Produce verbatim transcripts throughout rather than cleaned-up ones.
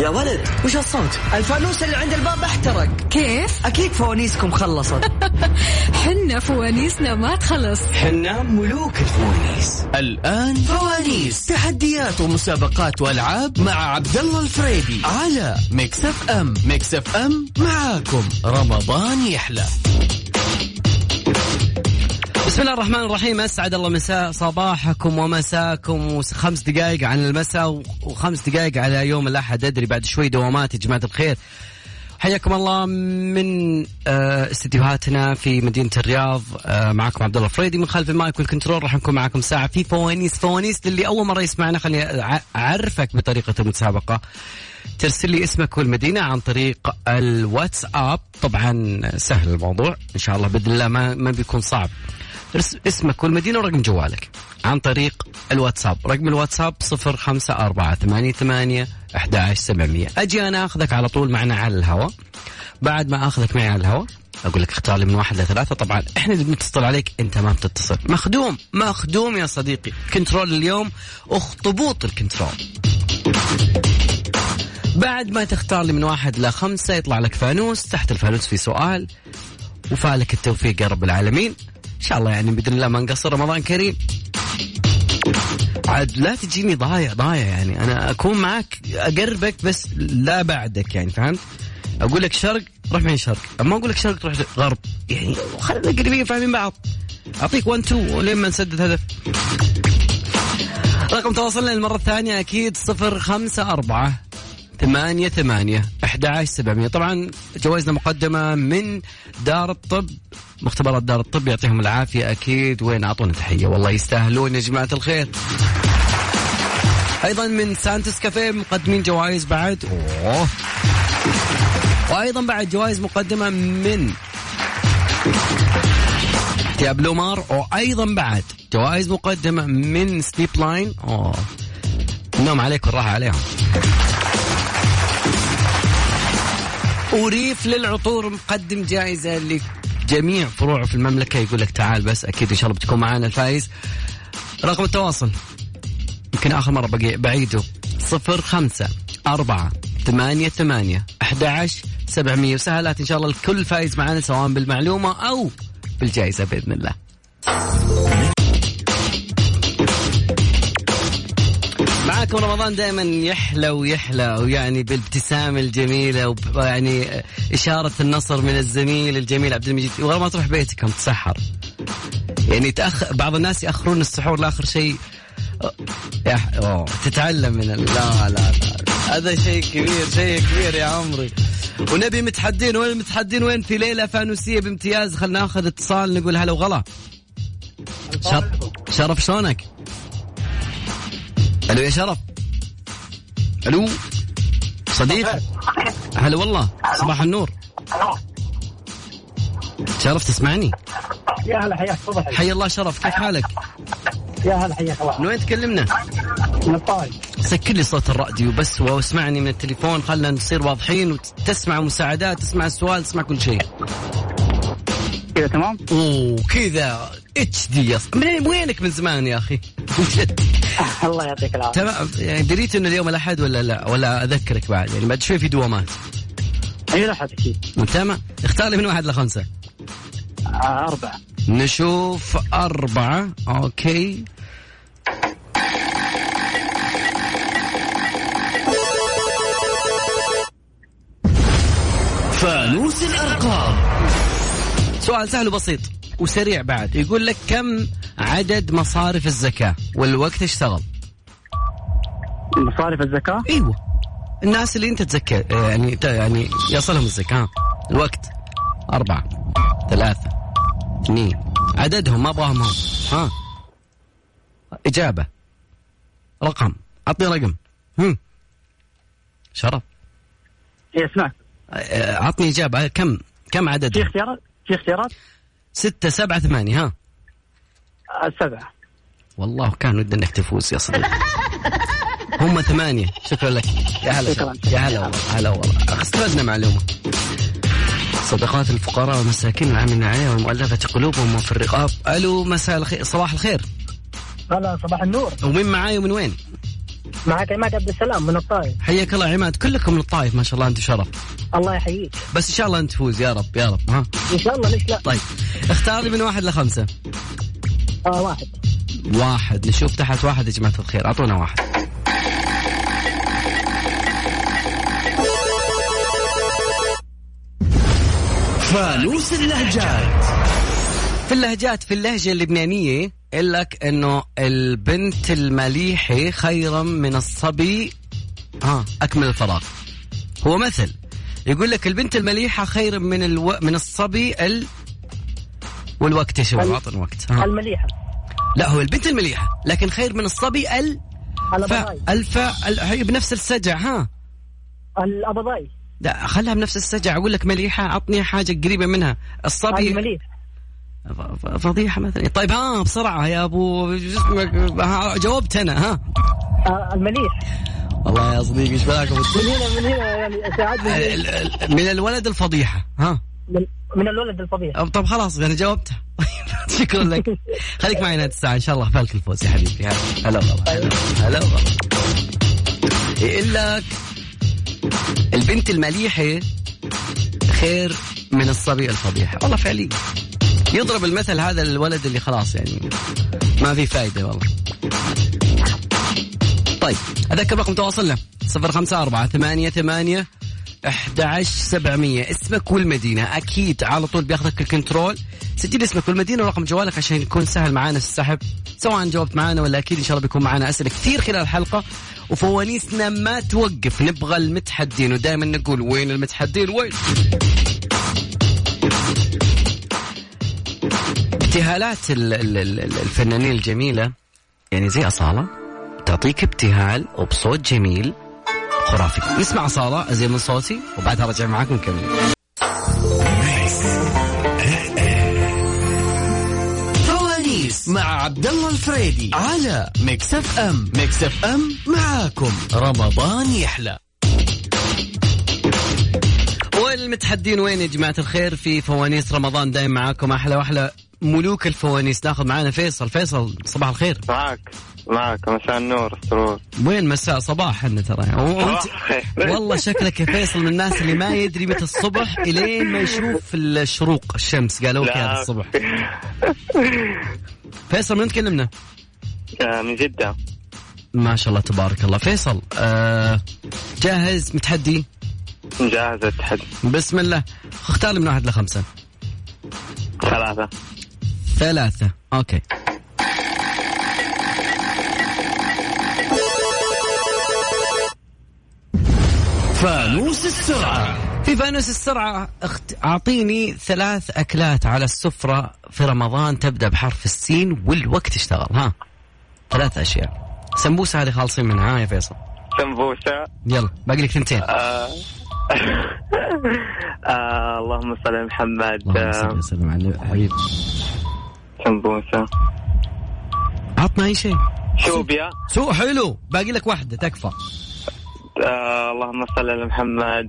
يا ولد وش الصوت؟ الفانوس اللي عند الباب احترق. كيف؟ أكيد فوانيسكم خلصت. حنا فوانيسنا ما تخلص، حنا ملوك الفوانيس. الآن فوانيس، تحديات ومسابقات وألعاب مع عبد الله الفريدي على ميكس اف ام. ميكس اف ام معاكم رمضان يحلى. بسم الله الرحمن الرحيم. أسعد الله مساء صباحكم ومساكم، وخمس دقائق عن المساء وخمس دقائق على يوم الأحد. أدري بعد شوي دوامات يا جماعة الخير. حياكم الله من استديوهاتنا في مدينة الرياض. معكم عبد الله الفريدي من خلف المايك والكنترول. راح نكون معكم ساعة في فوانيس. فوانيس للي أول مرة يسمعنا خليني أعرفك بطريقة المسابقة. ترسل لي اسمك والمدينة عن طريق الواتساب. طبعا سهل الموضوع إن شاء الله بإذن الله، ما ما بيكون صعب. اسمك والمدينة ورقم جوالك عن طريق الواتساب. رقم الواتساب صفر خمسة أربعة ثمانية ثمانية أحد عشر سبعمية. أجي أنا أخذك على طول معنا على الهواء. بعد ما أخذك معي على الهواء أقول لك اختار لي من واحد لثلاثة. طبعا إحنا اللي بنتصل عليك، أنت ما بتتصل. مخدوم مخدوم يا صديقي. كنترول اليوم أخطبوط الكنترول. بعد ما تختار لي من واحد لخمسة يطلع لك فانوس. تحت الفانوس في سؤال، وفالك التوفيق يا رب العالمين إن شاء الله. يعني بإذن الله ما نقصر. رمضان كريم. عاد لا تجيني ضايع ضايع يعني أنا أكون معك أقربك بس لا بعدك، يعني فهمت؟ أقول لك شرق روح معي شرق، أما أقول لك شرق تروح غرب، يعني خلينا قريبين فاهمين بعض. أعطيك وان تو ولين ما نسدد هدف. رقم تواصلنا المرة الثانية أكيد صفر خمسة أربعة ثمانية ثمانية أحد عشر سبعمية. طبعا جوائزنا مقدمة من دار الطب، مختبرات دار الطب، يعطيهم العافية أكيد. وين أعطونا تحية والله يستاهلون يا جماعة الخير. أيضا من سانتس كافيه مقدمين جوائز بعد. أوه. وأيضا بعد جوائز مقدمة من تياب لومار. وأيضا بعد جوائز مقدمة من سليب لاين. أوه النوم عليك والراحة عليهم. وريف للعطور مقدم جائزة لجميع فروع في المملكة. يقول لك تعال بس أكيد إن شاء الله بتكون معانا الفائز. رقم التواصل يمكن آخر مرة بقي بعيده صفر خمسة أربعة ثمانية ثمانية أحد عشر سبعمية. وسهلات إن شاء الله الكل فائز معانا سواء بالمعلومة أو بالجائزة بإذن الله. معكم رمضان دائما يحلى ويحلى، ويعني بالابتسامة الجميلة، ويعني إشارة النصر من الزميل الجميل عبد المجيد. وغير ما تروح بيتكم تسحر، يعني تأخ... بعض الناس يأخرون السحور لآخر شيء. يح... أوه. تتعلم من ال... لا لا لا هذا شيء كبير، شيء كبير يا عمري. ونبي متحدين. وين المتحدين؟ وين في ليلة فانوسية بامتياز. خلنا ناخذ اتصال نقول هلا وغلا. شر... شرف شلونك؟ الو يا شرف. الو صديق. هلا والله صباح النور. شرف تسمعني؟ يا هلا حياك. تفضل. حي الله شرف، كيف حالك؟ يا هلا حياك الله. من وين تكلمنا؟ من الطائف. سكر لي صوت الراديو بس واسمعني من التليفون، خلنا نصير واضحين وتسمع مساعدات، تسمع السؤال، تسمع كل شيء كذا تمام. اوه كذا اتش دي. من وينك من زمان يا اخي؟ الله يعطيك العافية. تمام. يعني دريت انه اليوم الاحد ولا لا؟ ولا اذكرك بعد يعني بعد شوي في دوامات؟ اي الاحد اكيد. تمام. اختار لي من واحد لخمسة. آه أربعة. نشوف أربعة. أوكي فانوس الأرقام. سؤال سهل وبسيط وسريع بعد. يقول لك كم عدد مصارف الزكاة والوقت اشتغل؟ مصارف الزكاة؟ ايوه الناس اللي انت تزكى يعني يعني يصلهم الزكاة. الوقت أربعة ثلاثة اثنين. عددهم ما ابغاهم هم. ها إجابة رقم. عطني رقم. هم شرف. ايه اسمع. عطني إجابة. كم كم عدد؟ في اختيارات؟ في اختيارات؟ ستة سبعة ثمانية. ها سبعة. والله كان ودي انك تفوز يا صديقي. هم ثمانية. شكرا لك يا هلا. يا هلا والله. هلا والله. استفدنا معلومة. صدقات الفقراء والمساكين العاملين عليها والمؤلفة قلوبهم وفي الرقاب. الو مساء الخير. صباح الخير. هلا صباح النور. ومين معاي ومن وين؟ معك عماد عبد السلام من الطائف. حياك الله عماد، كلكم من الطائف ما شاء الله، انت شرف. الله يحييك. بس ان شاء الله انت تفوز يا رب يا رب. ها ان شاء الله، ليش لا. طيب اختار لي من واحد لخمسة. آه واحد. واحد. نشوف تحت واحد يا جماعة الخير، اعطونا واحد. فانوس اللهجات. في اللهجات، في اللهجة اللبنانية يقول لك انه البنت المليحة خيرا من الصبي ها اكمل الفراغ. هو مثل يقول لك البنت المليحة خير من الو... من الصبي ال والوقت يا شباب، اعطنا وقت. ها. المليحة. لا هو البنت المليحة لكن خير من الصبي ال الأبضاي. الفا ال... هي بنفس السجع. ها الأبضاي. لا خلها بنفس السجع. اقول لك مليحة اعطني حاجة قريبة منها. الصبي المليح. فضيحة مثلا. طيب ها بسرعة يا ابو جاوبت انا. ها آه المليح. والله يا صديقي ايش بالك؟ من هنا من هنا يعني ساعدني. من الولد الفضيحة. ها من, من الولد الفضيحة. طب خلاص انا جاوبتها. شكرا لك. خليك معي نهاية الساعة ان شاء الله فالك الفوز يا حبيبي. هلا والله هلا والله. يقول لك البنت المليحة خير من الصبي الفضيحة. والله فعليا يضرب المثل هذا الولد اللي خلاص يعني ما في فايدة والله. طيب أذكر رقم تواصلنا صفر خمسة أربعة ثمانية ثمانية أحد عشر سبعمية. اسمك والمدينة أكيد على طول بياخذك الكنترول. سجل اسمك والمدينة ورقم جوالك عشان يكون سهل معانا السحب، سواء جاوبت معانا ولا أكيد إن شاء الله بيكون معانا أسئلة كثير خلال الحلقة. وفوانيسنا ما توقف، نبغى المتحدين ودائما نقول وين المتحدين وين. ابتهالات الفنانين الجميلة يعني زي أصالة تعطيك ابتهال وبصوت جميل خرافي. نسمع أصالة أزيد من صوتي وبعدها رجع معاكم نكمل. فوانيس مع عبد الله الفريدي على ميكس اف ام. ميكس اف ام معاكم رمضان يحلى. والمتحدين وين يا جماعة الخير في فوانيس رمضان؟ دايم معاكم أحلى وأحلى ملوك الفوانيس. ناخذ معانا فيصل. فيصل صباح الخير. معك معك مساء النور السرور. وين مساء صباح إحنا ترى. والله شكلك يا فيصل من الناس اللي ما يدري متى الصبح إلين ما يشوف الشروق الشمس. قالوا لك هذا الصبح. فيصل من تكلمنا؟ من جدة. ما شاء الله تبارك الله. فيصل آه جاهز متحدي؟ جاهز التحدي. بسم الله. اختار من واحد لخمسة. ثلاثة. ثلاثة أوكي. فانوس السرعة. في فانوس السرعة اخت... أعطيني ثلاث أكلات على السفرة في رمضان تبدأ بحرف السين والوقت اشتغل. ها ثلاث أشياء. سمبوسة هذه خالصين منها. ها يا فيصل. سمبوسة. يلا باقي لك ثنتين. آه. آه اللهم صل على محمد. اللهم صل وسلم على حبيبي. سمبوسة. عطنا أي شيء. شوبيا. سو حلو. باقي لك واحدة تكفى. آه اللهم صل على محمد.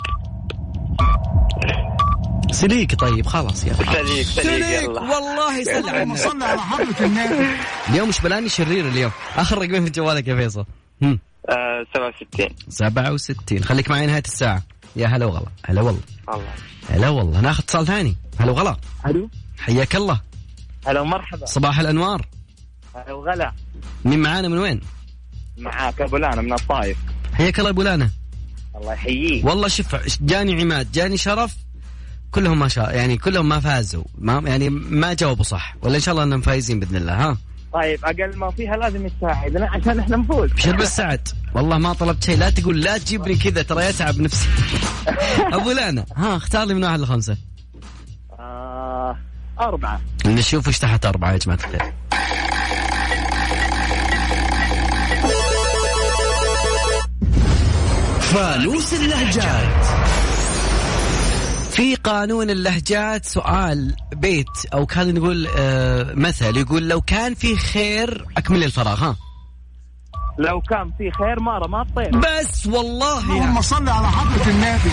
سليك. طيب خلاص يا سليك سليك والله سلام. صلى على حضرة النبي. اليوم مش بلاني شرير اليوم. آخر رقمين في جوالك يا فيصل. هم. آه سبعة وستين. سبعة وستين. خليك معي نهاية الساعة. يا هلا وغلا. هلا والله. الله. هلا والله. ناخذ اتصال ثاني. هلا وغلا. الو. حياك الله. هلا ومرحبا. صباح الأنوار. هلا وغلا. مين معانا من وين؟ معاك أبو لانا من الطائف. حياك الله أبو لانا. الله يحييك. والله شوف جاني عماد جاني شرف كلهم ما شاء يعني كلهم ما فازوا ما يعني ما جاوبوا صح ولا إن شاء الله أنهم فايزين بإذن الله. ها طيب أقل ما فيها لازم يساعدنا عشان إحنا نفوز. بشر بالسعد. والله ما طلبت شيء. لا تقول لا تجيبني كذا ترى يتعب نفسي. أبو لانا ها اختار لي من واحد لخمسة. آه أربعة. نشوف إيش تحت أربعة يا جماعة الخير. فانوس اللهجات. في قانون اللهجات سؤال بيت أو كان نقول آه مثل يقول لو كان في خير أكمل الفراغ. ها لو كان في خير ما رمى الطير. بس والله اللهم صل على حضرة النبي.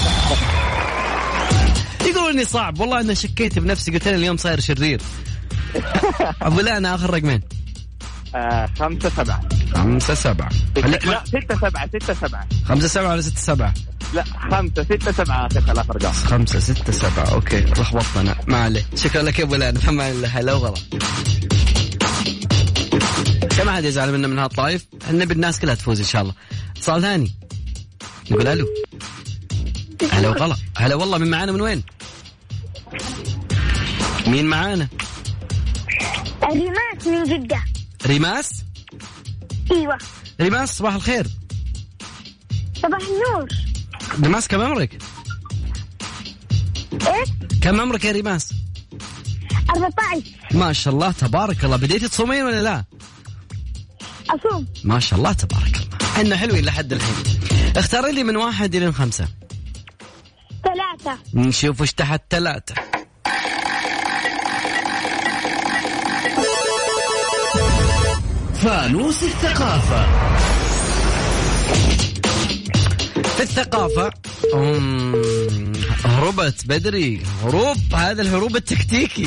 يقولوا إني صعب والله أنا شكيت بنفسي قلت أنا اليوم صاير شرير. أبو لا أنا آخر رقمين. آه خمسة سبعة. خمسة سبعة. لا ستة سبعة ستة سبعة. خمسة سبعة ولا ستة سبعة؟ لا خمسة ستة سبعة آخر ثلاث أرقام. خمسة ستة سبعة. أوكي لخبطنا ما عليه. شكرا لك يا أبو لان. فما الله هلا وغلا. كم حد يزعل منا من هالطائف؟ نبي الناس كلها تفوز إن شاء الله. اتصال ثاني. نقول ألو. هلا وغلا. هلا والله. من معانا من وين؟ مين معانا؟ ريماس من جدة. ريماس؟ ايوه. ريماس صباح الخير. صباح النور. ريماس كم عمرك؟ ايه؟ كم عمرك يا ريماس؟ أربعة عشر. ما شاء الله تبارك الله. بديتي تصومين ولا لا؟ أصوم. ما شاء الله تبارك الله. احنا حلوين لحد الحين. اختاري لي من واحد إلى خمسة. ثلاثة. نشوف وش تحت ثلاثة. فانوس الثقافة. في الثقافة هربت بدري. هروب. هذا الهروب التكتيكي.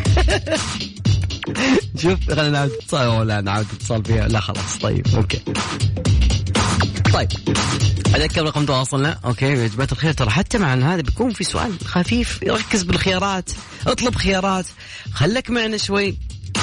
شوف خلينا نعود اتصال ولا نعود اتصال فيها. لا خلاص طيب اوكي. طيب أذكر رقم تواصلنا. أوكي يا جماعة الخير ترى حتى معنا هذا بيكون في سؤال خفيف. ركز بالخيارات. اطلب خيارات. خلك معنا شوي.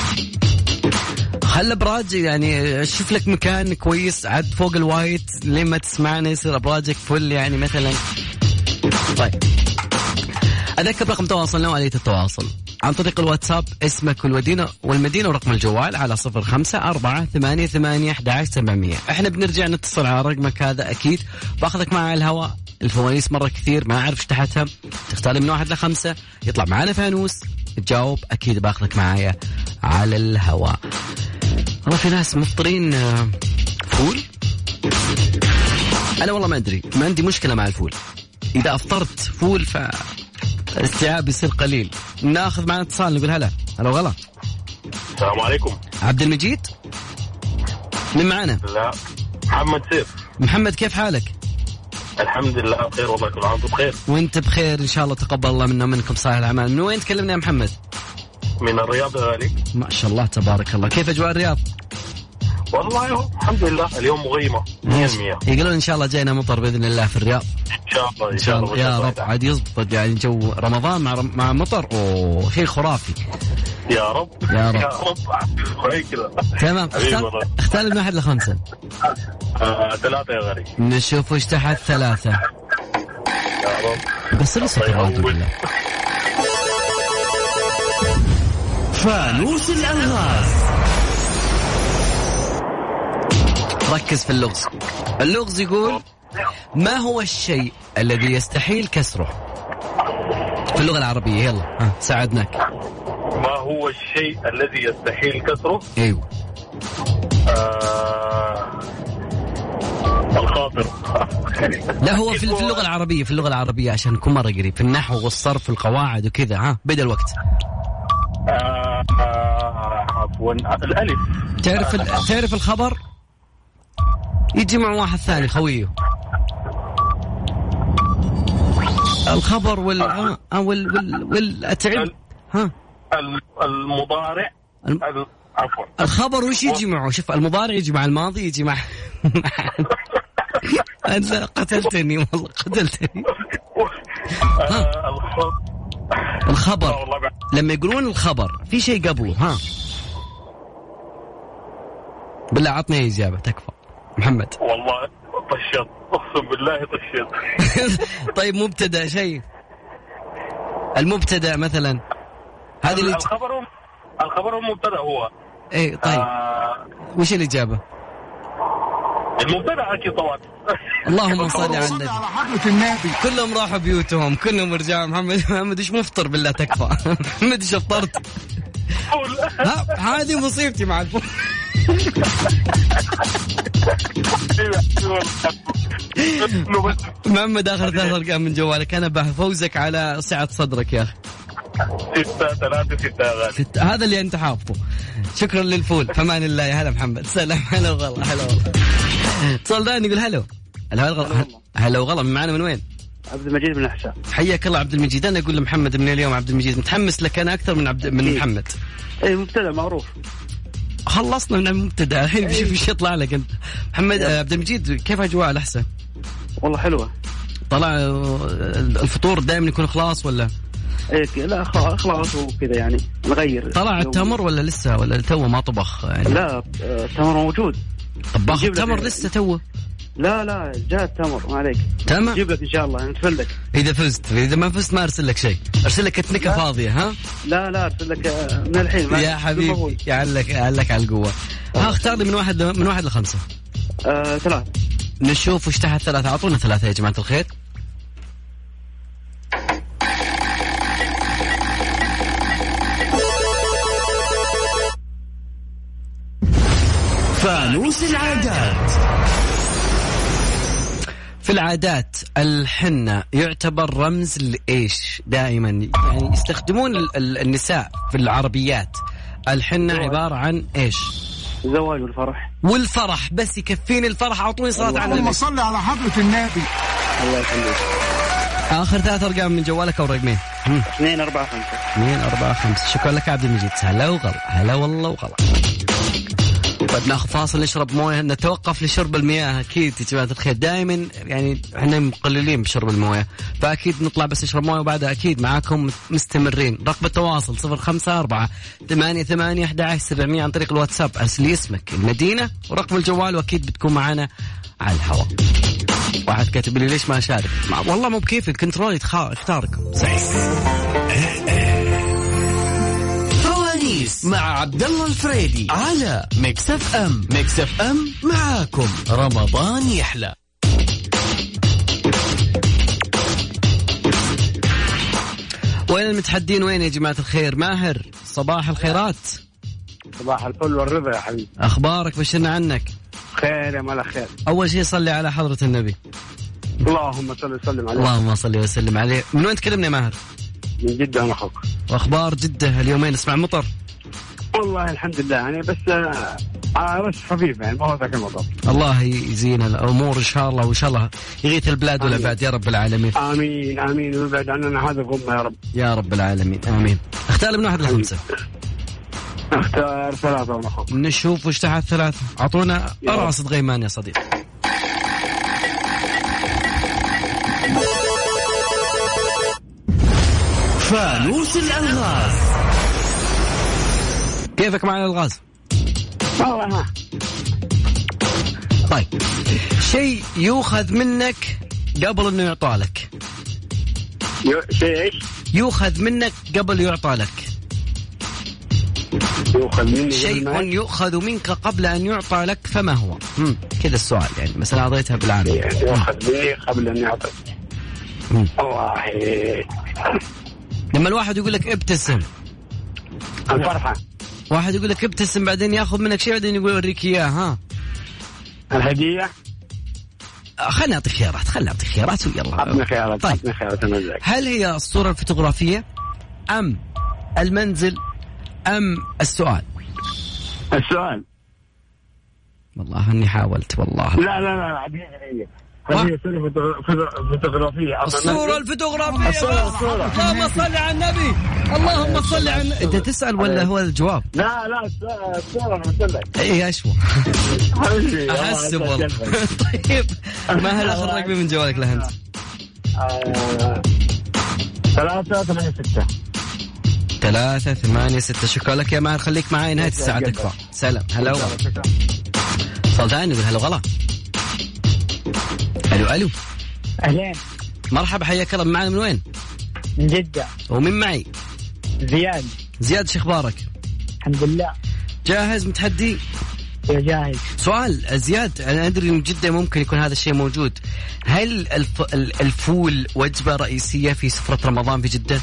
خل أبراج يعني شوف لك مكان كويس عد فوق الوايت لين ما تسمعنا يصير أبراجك فل يعني مثلا. طيب أذكر رقم تواصلنا وآلية التواصل عن طريق الواتساب. اسمك والمدينة والمدينة ورقم الجوال على صفر خمسة أربعة ثمانية ثمانية أحد عشر سبعمية. احنا بنرجع نتصل على رقمك هذا أكيد. باخذك معي على الهواء. الفوانيس مرة كثير ما أعرف تحتها. تختار من واحد لخمسة يطلع معنا فانوس. تجاوب أكيد باخذك معايا على الهواء. والله في ناس مفطرين فول. أنا والله ما أدري. ما عندي مشكلة مع الفول. إذا أفطرت فول فالاستيعاب يصير قليل. ناخذ معنا اتصال نقول هلا. هلا وغلا. السلام عليكم. عبد المجيد من معنا؟ لا محمد سيف. محمد كيف حالك؟ الحمد لله بخير والله كل عام بخير. وانت بخير ان شاء الله. تقبل الله منا ومنكم صالح الاعمال. من وين تكلمنا يا محمد؟ من الرياض يا غالي. ما شاء الله تبارك الله. كيف اجواء الرياض؟ والله الحمد لله اليوم مغيمه مية بالمية. يقولون ان شاء الله جاينا مطر باذن الله في الرياض. ان شاء الله ان شاء الله يا رب عاد يزبط يعني جو رمضان مع مع مطر. اوه شيء خرافي. يا رب يا رب يا رب. تمام. اختار اختار من واحد لخمسة. آه، ثلاثة يا غالي. نشوف وش تحت ثلاثة. يا رب. بس لسه الراديو بالله. فانوس الألغاز. ركز في اللغز. اللغز يقول ما هو الشيء الذي يستحيل كسره في اللغة العربية. يلا ها ساعدناك. ما هو الشيء الذي يستحيل كسره؟ ايوه. آه... الخاطر. لا هو في اللغة العربية. في اللغة العربية عشان نكون مرة قريب. في النحو والصرف والقواعد وكذا. ها بدأ الوقت. آه... آه... عفوا الألف. تعرف ال... تعرف الخبر يجي مع واحد ثاني خويه. الخبر وال آه وال وال والأتعب. ها المضارع. الم... عفوا الخبر وش يجي معه؟ شوف المضارع يجي مع الماضي يجي مع أنت قتلتني والله قتلتني. الخبر لما يقولون الخبر في شيء قبله. ها بالله عطني إجابة تكفى محمد. والله طشت أقسم بالله طشت. طيب مبتدأ شيء. المبتدأ مثلا هذه اللي الخبر الخبر المبتدأ هو ايه. طيب آه... وش الإجابة؟ المبتدأ أكيد طبعا. اللهم صل على النبي. على حضرة النبي. كلهم راحوا بيوتهم كلهم رجعوا. محمد محمد ايش مفطر بالله تكفى. محمد ايش افطرت؟ هذه مصيبتي مع الفول. محمد آخر ثلاث أرقام من جوالك. أنا بفوزك على سعة صدرك يا أخي. ستة ثلاثة ستة غالي. ستة هذا اللي أنت حافظه. شكرا للفول. فمان الله. يا هلا محمد. سلام. هلا وغلا. هلا والله. اتصال ثاني يقول هلو. هلا هلا وغلا. من معنا من وين؟ عبد المجيد من الأحساء. حياك الله عبد المجيد. أنا أقول لمحمد من اليوم عبد المجيد. متحمس لك أنا أكثر من عبد من محمد. إيه مبتدأ معروف. خلصنا من المبتدأ الحين بشوف ايش يطلع لك انت. محمد عبد المجيد كيف اجواء الأحسن؟ والله حلوة. طلع الفطور دائما يكون خلاص ولا؟ ايه لا خلاص وكذا يعني نغير. طلع التمر ولا لسه ولا توه ما طبخ يعني؟ لا التمر موجود. طباخ التمر لسه توه؟ لا لا جاء التمر ما عليك. تمام. جيب لك ان شاء الله نتفلك. اذا فزت، اذا ما فزت ما ارسل لك شيء، ارسل لك تنكه فاضيه. ها لا لا ارسل لك من الحين يا حبيبي. يعلك يعلك على القوه. ها اختار لي من واحد من واحد لخمسه. آه، ثلاث. نشوف وش تحت ثلاثه. اعطونا ثلاثه يا جماعه الخير. فانوس العادات. في العادات الحنة يعتبر رمز لإيش دائما؟ يعني يستخدمون النساء في العربيات الحنة عبارة عن إيش؟ الزواج والفرح. والفرح بس يكفيني الفرح. أعطوني صلاة على النبي. اللهم صل على حضرة النبي. الله يخليك. آخر ثلاث أرقام من جوالك أو رقمين؟ اثنين أربعة خمسة. اثنين أربعة خمسة. شكرا لك عبد المجيد. هلا وغلا. هلا والله وغلا. طيب ناخذ فاصل نشرب مويه. نتوقف لشرب المياه اكيد يا جماعه الخير. دائما يعني احنا مقللين بشرب المويه، فاكيد نطلع بس نشرب مويه وبعدها اكيد معاكم مستمرين. رقم التواصل صفر خمسة أربعة ثمانية ثمانية أحد عشر سبعمية عن طريق الواتساب. ارسل لي اسمك المدينه ورقم الجوال واكيد بتكون معنا على الهواء. واحد كاتب لي ليش ما اشارك؟ والله مو بكيف الكنترول يختارك. مع عبد الله الفريدي على ميكس اف ام. ميكس اف ام معاكم رمضان يحلى. وين المتحدين؟ وين يا جماعة الخير؟ ماهر صباح الخيرات. صباح الفل والرضا يا حبيبي. أخبارك؟ بشرنا عنك. خير يا ملا خير. أول شيء صلي على حضرة النبي. اللهم صل وسلم عليه. اللهم صل وسلم عليه. من وين تكلمني ماهر؟ من جدة أنا أخوك. وأخبار جدة اليومين اسمع مطر؟ والله الحمد لله يعني بس آه بس خفيف يعني ما هو ذاك المطر. الله يزين الأمور إن شاء الله وإن شاء الله يغيث البلاد والعباد يا رب العالمين. آمين آمين ويبعد عننا هذا الغمة يا رب. يا رب العالمين آمين. اختار من واحد لخمسة. اختار ثلاثة أنا أخوك. نشوف وش تحت ثلاثة. أعطونا راس غيمان يا صديق. فانوس الألغاز. كيفك مع الألغاز؟ والله طيب شيء يؤخذ منك قبل انه يعطى لك. شيء ايش؟ يؤخذ منك قبل يعطى لك. يؤخذ مني شيء يؤخذ منك قبل ان يعطى لك فما هو؟ امم كذا السؤال يعني مثلا اعطيتها بالعربي. يؤخذ مني قبل ان يعطى. والله لما الواحد يقول لك ابتسم. الفرحة. واحد يقول لك ابتسم بعدين ياخذ منك شيء بعدين يقول اوريك اياه. ها الهدية. خلنا نعطي خيارات. خلنا نعطي خيارات ويلا. عطنا خيارات. طيب. عطنا خيارات المزاج. هل هي الصورة الفوتوغرافية أم المنزل أم السؤال؟ السؤال. والله إني حاولت والله. لا لا لا عادية. هذه صورة فوتوغرافية. الصورة الفوتوغرافية. اللهم صل على النبي. اللهم صل على النبي. أنت تسأل ولا هو الجواب؟ لا لا الصورة مثلك. إيه أشوى. أحسب والله. طيب ما هل آخر رقم من جوالك لهنت؟ ثلاثة ثمانية ستة. ثلاثة ثمانية ستة. شكرا لك يا ماهر. خليك معي نهاية الساعة تكفى. سلام. هلا وغلا. صل ثاني نقول هلا وغلا. الو الو. اهلين. مرحبا حياك الله. معنا من وين؟ من جدة. ومن معي؟ زياد. زياد شو اخبارك؟ الحمد لله. جاهز متحدي؟ يا جاهز. سؤال زياد انا ادري ان جدة ممكن يكون هذا الشيء موجود. هل الف... الفول وجبة رئيسية في سفرة رمضان في جدة؟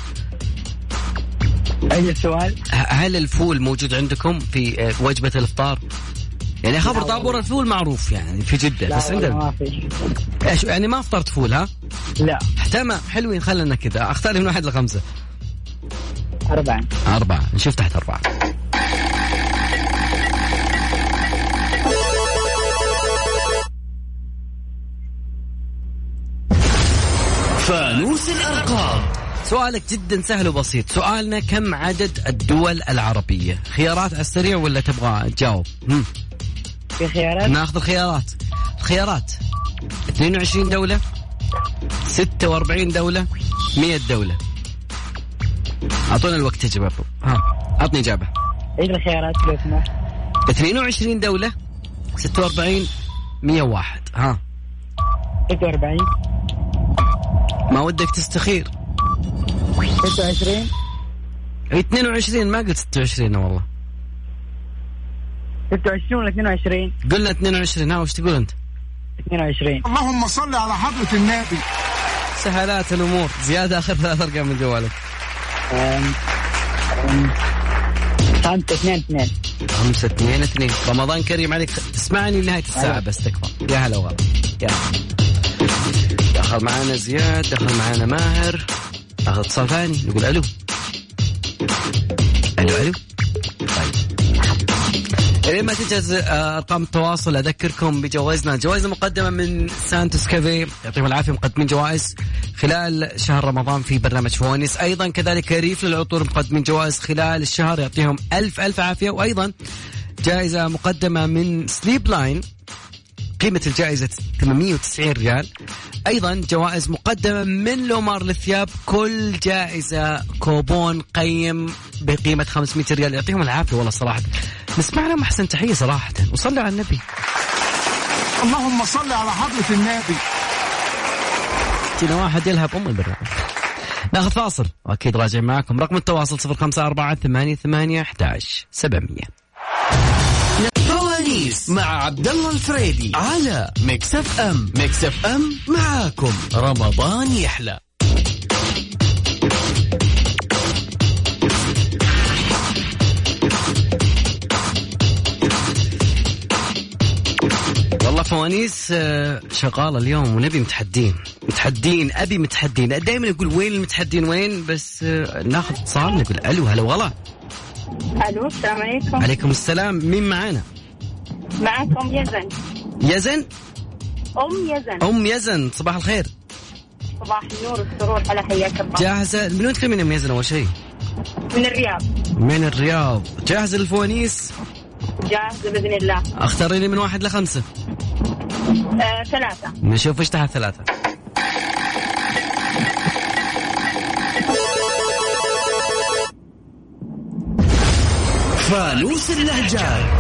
اي السؤال؟ هل الفول موجود عندكم في وجبة الافطار؟ يعني خبر طابور الفول معروف يعني في جدة بس عندنا ما في. ايش يعني ما افطرت فول؟ ها لا. تمام حلوين. خلنا كذا اختار من واحد لخمسة. أربعة. أربعة. نشوف تحت أربعة. فانوس الأرقام. سؤالك جدا سهل وبسيط. سؤالنا كم عدد الدول العربية؟ خيارات على السريع ولا تبغى تجاوب؟ هم. في خيارات؟ ناخذ الخيارات. الخيارات اثنين وعشرين دولة، ستة وأربعين دولة، مية دولة. أعطونا الوقت يا شباب. ها أعطني إجابة. إيش الخيارات لو سمحت؟ اثنين وعشرين دولة، ستة وأربعين، مية وواحد. ها ستة وأربعين. ما ودك تستخير؟ ستة وعشرين. اثنين وعشرين. ما قلت ستة وعشرين والله. ستة وعشرين ولا اثنين وعشرين؟ قلنا اثنين وعشرين. ها وش تقول أنت؟ اثنين وعشرين. اللهم صل على حضرة النبي. سهلات الأمور. زيادة آخر ثلاث أرقام من جوالك. أم... أم... خمسة اثنين اثنين. خمسة اثنين اثنين. رمضان كريم عليك. تسمعني لنهاية الساعة بس تكفى. يا هلا وغلا. يا دخل معانا زياد، دخل معانا ماهر. أخذ اتصال ثاني. نقول ألو ألو ألو. طيب إذا ما تجهز أرقام التواصل أذكركم بجوائزنا. جوائزنا مقدمة من سانتوس كافيه، يعطيهم العافية، مقدمين جوائز خلال شهر رمضان في برنامج فوانيس. أيضا كذلك ريف للعطور مقدمين جوائز خلال الشهر، يعطيهم ألف ألف عافية. وأيضا جائزة مقدمة من سليب لاين، قيمة الجائزة ثمانمية وتسعين ريال. أيضا جوائز مقدمة من لومار للثياب، كل جائزة كوبون قيم بقيمة خمسمية ريال. يعطيهم العافية والله صراحة. نسمع لهم أحسن تحية صراحة. وصلوا على النبي. اللهم صل على حضرة النبي. تينا واحد يلهب أم البرنامج. ناخذ فاصل وأكيد راجع معكم. رقم التواصل صفر خمسة أربعة ثمانية ثمانية أحد عشر سبعمية. فوانيس مع عبد الله الفريدي على ميكس اف ام. ميكس اف ام معاكم رمضان يحلى. والله فوانيس شغالة اليوم ونبي متحدين متحدين أبي متحدين. دائما يقول وين المتحدين وين، بس ناخذ اتصال نقول ألو هلا والله. ألو السلام عليكم. عليكم السلام. مين معانا؟ معكم يزن. يزن؟ أم يزن. أم يزن صباح الخير. صباح النور والسرور. على حياك الله. جاهزة؟ من وين تكلمين أم يزن أول شيء؟ من الرياض. من الرياض. جاهزة للفوانيس؟ جاهزة بإذن الله. اختاري لي من واحد لخمسة. آه، ثلاثة. نشوف ايش تحت ثلاثة. فانوس اللهجات.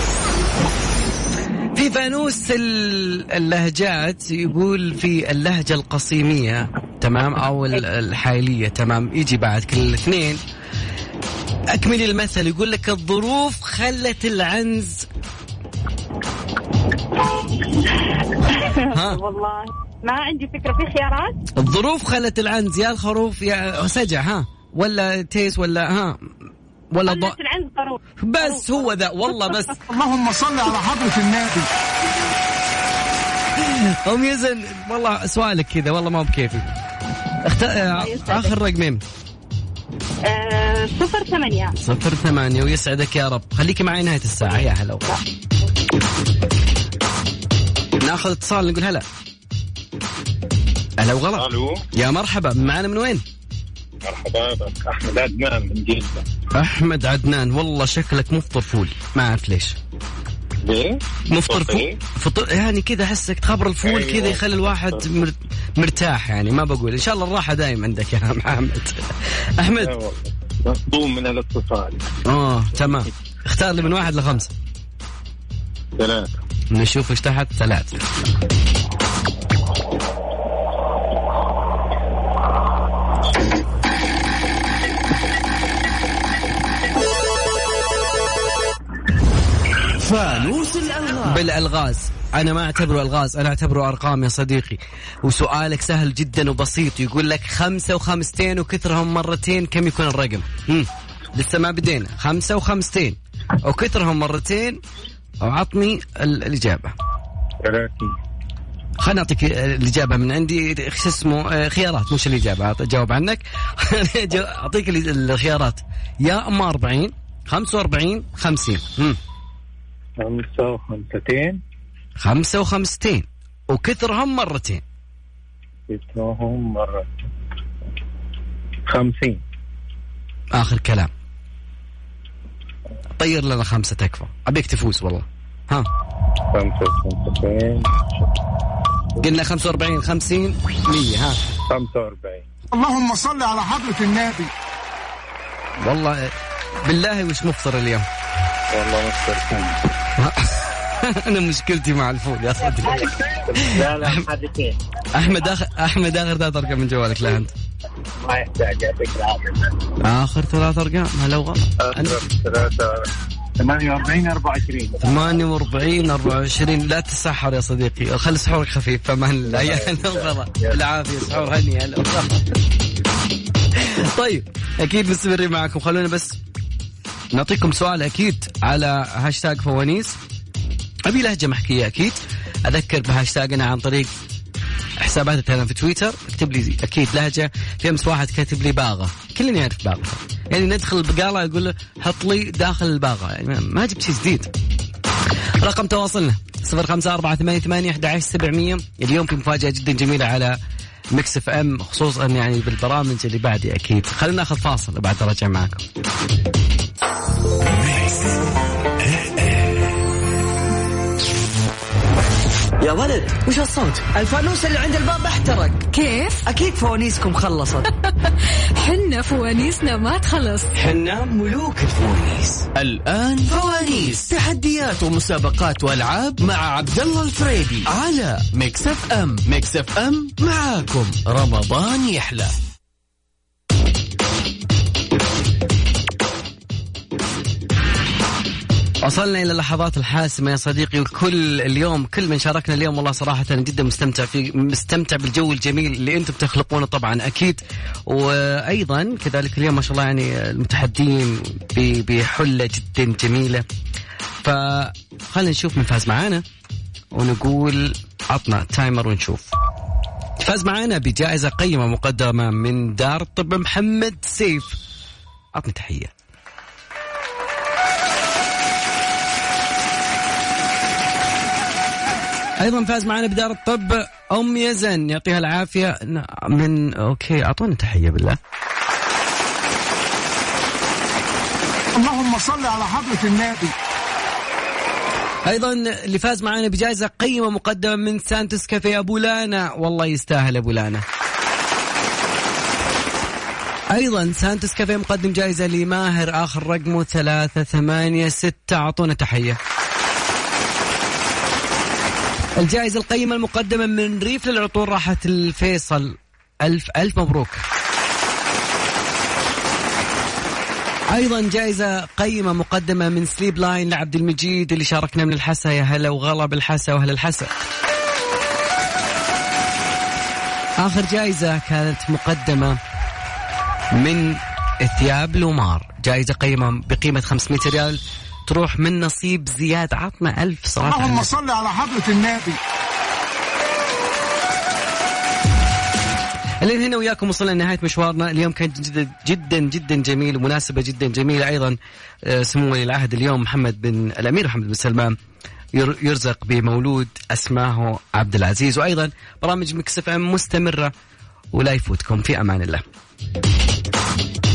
في فانوس اللهجات يقول في اللهجة القصيمية تمام أو الحائلية تمام، يجي بعد كل الاثنين. أكمل المثل. يقول لك الظروف خلت العنز. ها والله ما عندي فكرة. في خيارات؟ الظروف خلت العنز يا الخروف يا سجع. ها ولا تيس ولا ها ولا ض... بس هو ذا والله. بس اللهم صل على حضرة النبي. أم يزن والله سؤالك كذا والله ما هو بكيفي. اخت... آخر رقمين. أه... صفر ثمانية. صفر ثمانية. ويسعدك يا رب. خليكي معي نهاية الساعة. يا هلا. ناخذ اتصال نقول هلا. هلا وغلا. الو يا مرحبا. معنا من وين؟ مرحبا بك. احمد عدنان من جدة. احمد عدنان والله شكلك مفطر فول. ما اعرف ليش. ليه؟ مفطر فول فطر يعني كذا. احسك تخبر الفول كذا يخلي الواحد مر... مرتاح يعني. ما بقول ان شاء الله الراحة دايم عندك يا محمد. احمد مصدوم من الاتصال. اه تمام. اختار لي من واحد لخمسة. ثلاثة. نشوف ايش تحت ثلاثة. فانوس الألغاز. بالألغاز أنا ما أعتبره ألغاز، أنا أعتبره أرقام يا صديقي. وسؤالك سهل جدا وبسيط. يقول لك خمسة وخمستين وكثرهم مرتين كم يكون الرقم؟ هم. لسه ما بدينا. خمسة وخمستين وكثرهم مرتين. وعطني الإجابة. ثلاثين. خلنا نعطيك الإجابة من عندي. إيش اسمه خيارات مش الإجابة. أجاوب عنك. أعطيك الخيارات. يا أما أربعين، خمسة وأربعين، خمسين. هم. خمسة وخمستين. خمسة وخمستين وكثرهم مرتين. كثرهم مرتين. خمسين. آخر كلام. طير لنا خمسة تكفى، أبيك تفوز والله. ها خمسة وخمسين. قلنا خمسة وأربعين خمسين مية. ها خمسة وأربعين. اللهم صل على حضرة النبي. والله بالله وش مفطر اليوم؟ والله مفطر. أنا مشكلتي مع الفول يا صديقي. لا لا حدثين. أحمد آخر أحمد آخر ثلاث أرقام من جوالك. لا أنت ما يحتاج يعطيك العافية. آخر ثلاث أرقام هلا وغلا. آخر ثلاثة. ثمانية وأربعين أربعة وعشرين. ثمانية وأربعين أربعة وعشرين. لا تسحر يا صديقي، خلي سحورك خفيف. فمان الله يا هلا وغلا. بالعافية سحور هني هلا وغلا. طيب أكيد مستمرين معكم. خلونا بس نعطيكم سؤال أكيد على هاشتاج فوانيس. أبي لهجة محكية أكيد. أذكر بهاشتاجنا عن طريق حساباتنا في تويتر. اكتب لي أكيد لهجة. في أمس واحد كاتب لي باغة، كلنا يعرف باغة، يعني ندخل البقالة يقول له حط لي داخل الباغة، يعني ما جبت شيء جديد. رقم تواصلنا صفر خمسة أربعة ثمانية ثمانية أحد عشر سبعمية. اليوم في مفاجأة جدا جميلة على ميكس اف ام، خصوصا يعني بالبرامج اللي بعدي أكيد. خلينا ناخذ فاصل وبعد راجع معكم. يا ولد وش الصوت؟ الفانوس اللي عند الباب احترق. كيف؟ أكيد فوانيسكم خلصت. حنا فوانيسنا ما تخلص. حنا ملوك الفوانيس. الآن فوانيس، تحديات ومسابقات وألعاب مع عبد الله الفريدي على ميكس اف ام. ميكس اف ام معاكم رمضان يحلى. وصلنا إلى اللحظات الحاسمة يا صديقي، وكل اليوم كل من شاركنا اليوم والله صراحة جدا مستمتع في مستمتع بالجو الجميل اللي أنتم تخلقونه طبعا أكيد. وأيضا كذلك اليوم ما شاء الله يعني المتحدين بحلة جدا جميلة. فخلينا نشوف من فاز معانا ونقول عطنا تايمر ونشوف. فاز معانا بجائزة قيمة مقدمة من دار الطب محمد سيف. عطني تحية. أيضا فاز معنا بدار الطب أم يزن، يعطيها العافية من أوكي. أعطونا تحية بالله. اللهم صل على حضرة النبي. أيضا اللي فاز معنا بجائزة قيمة مقدمة من سانتوس كافيه أبو لانا، والله يستاهل أبو لانا. أيضا سانتوس كافيه مقدم جائزة لماهر آخر رقمه ثلاثة ثمانية ستة. أعطونا تحية. الجائزة القيمة المقدمة من ريف للعطور راحة الفيصل، ألف ألف مبروك. أيضا جائزة قيمة مقدمة من سليب لاين لعبد المجيد اللي شاركنا من الحسا. يا هلا وغلا بالحسا وهلا الحسا. آخر جائزة كانت مقدمة من ثياب لومار، جائزة قيمة بقيمة خمسمائة ريال تروح من نصيب زياد. عطنا ألف صلاة. اللهم صل على حضرة النبي. اللي هنا وياكم وصلنا لنهاية مشوارنا اليوم. كان جدا جدا جدا جميل ومناسبة جدا جميلة. أيضا سمو ولي العهد اليوم محمد بن الأمير محمد بن سلمان يرزق بمولود أسماه عبد العزيز. وأيضا برامج ميكس اف ام مستمرة ولا يفوتكم. في أمان الله.